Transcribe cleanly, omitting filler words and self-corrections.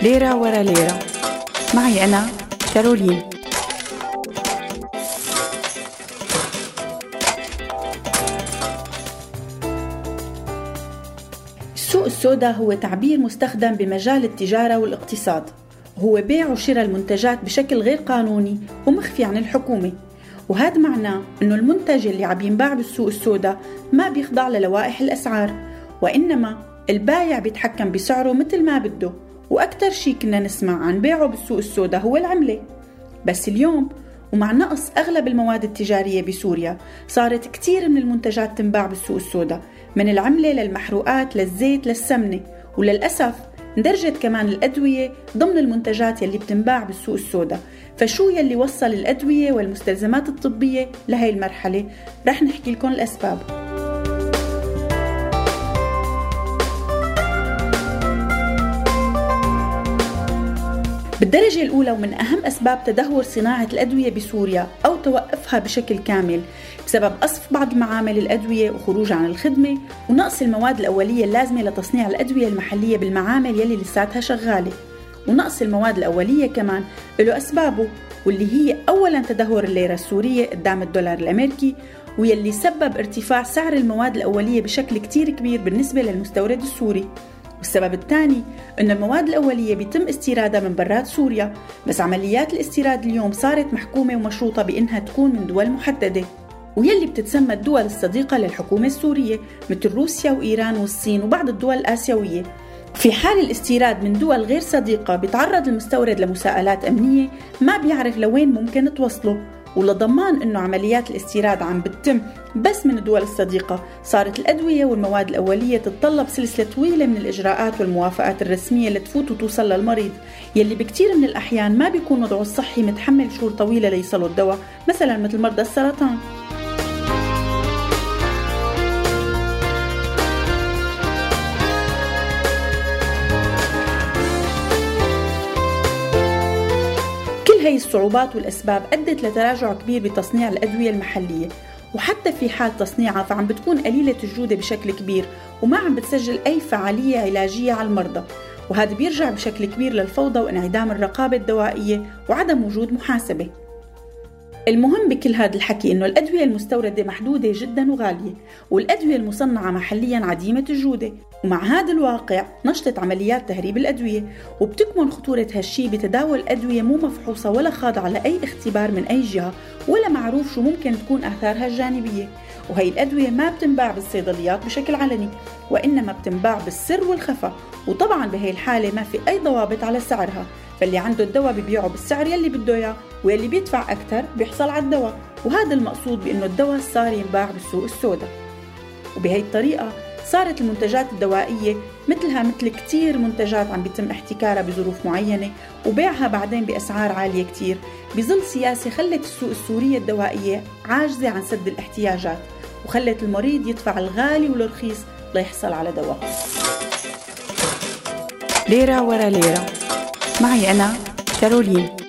ليرة ورا ليرة، معي أنا كارولين. السوق السوداء هو تعبير مستخدم بمجال التجارة والاقتصاد، وهو بيع وشراء المنتجات بشكل غير قانوني ومخفي عن الحكومة. وهذا معناه أنه المنتج اللي عم ينباع بالسوق السوداء ما بيخضع للوائح الأسعار، وإنما البايع بيتحكم بسعره مثل ما بده. وأكتر شيء كنا نسمع عن بيعه بالسوق السوداء هو العملة. بس اليوم ومع نقص أغلب المواد التجارية بسوريا، صارت كتير من المنتجات تنباع بالسوق السوداء، من العملة للمحروقات للزيت للسمنة، وللأسف اندرجت كمان الأدوية ضمن المنتجات يلي بتنباع بالسوق السوداء. فشو يلي وصل الأدوية والمستلزمات الطبية لهي المرحلة؟ رح نحكي لكم الأسباب. بالدرجة الأولى ومن أهم أسباب تدهور صناعة الأدوية بسوريا أو توقفها بشكل كامل بسبب قصف بعض معامل الأدوية وخروج عن الخدمة ونقص المواد الأولية اللازمة لتصنيع الأدوية المحلية بالمعامل يلي لساتها شغالة. ونقص المواد الأولية كمان له أسبابه، واللي هي أولا تدهور الليرة السورية قدام الدولار الأمريكي، ويلي سبب ارتفاع سعر المواد الأولية بشكل كتير كبير بالنسبة للمستورد السوري. والسبب الثاني أن المواد الأولية بيتم استيرادها من برات سوريا، بس عمليات الاستيراد اليوم صارت محكومة ومشروطة بأنها تكون من دول محددة، ويلي بتتسمى الدول الصديقة للحكومة السورية مثل روسيا وإيران والصين وبعض الدول الآسيوية. في حال الاستيراد من دول غير صديقة بيتعرض المستورد لمساءلات أمنية ما بيعرف لوين ممكن توصله. ولضمان أنه عمليات الاستيراد عم بتتم بس من الدول الصديقة، صارت الأدوية والمواد الأولية تتطلب سلسلة طويلة من الإجراءات والموافقات الرسمية لتفوت وتوصل للمريض، يلي بكتير من الأحيان ما بيكون وضعه الصحي متحمل شهور طويلة ليصلوا الدواء، مثلا مثل مرضى السرطان. هي الصعوبات والأسباب أدت لتراجع كبير بتصنيع الأدوية المحلية، وحتى في حال تصنيعها فعم بتكون قليلة الجودة بشكل كبير وما عم بتسجل أي فعالية علاجية على المرضى. وهذا بيرجع بشكل كبير للفوضى وانعدام الرقابة الدوائية وعدم وجود محاسبة. المهم بكل هذا الحكي إنه الأدوية المستوردة محدودة جدا وغالية، والأدوية المصنعة محليا عديمة الجودة. ومع هذا الواقع نشطت عمليات تهريب الأدوية، وبتكمن خطورة هالشي بتداول أدوية مو مفحوصة ولا خاضعة لأي اختبار من أي جهة، ولا معروف شو ممكن تكون آثارها الجانبية. وهي الأدوية ما بتنباع بالصيدليات بشكل علني، وإنما بتنباع بالسر والخفا، وطبعا بهي الحالة ما في أي ضوابط على سعرها. فاللي عنده الدواء بيبيعه بالسعر يلي بده إياه، واللي بيدفع أكثر بيحصل على الدواء. وهذا المقصود بأنه الدواء صار ينباع بالسوق السوداء. وبهي الطريقة صارت المنتجات الدوائية مثلها مثل كتير منتجات عم بيتم احتكارها بظروف معينة وبيعها بعدين بأسعار عالية كتير، بظل سياسة خلت السوق السورية الدوائية عاجزة عن سد الاحتياجات، وخلت المريض يدفع الغالي والرخيص ليحصل على دواء. ليرة ورا ليرة، معي أنا كارولين.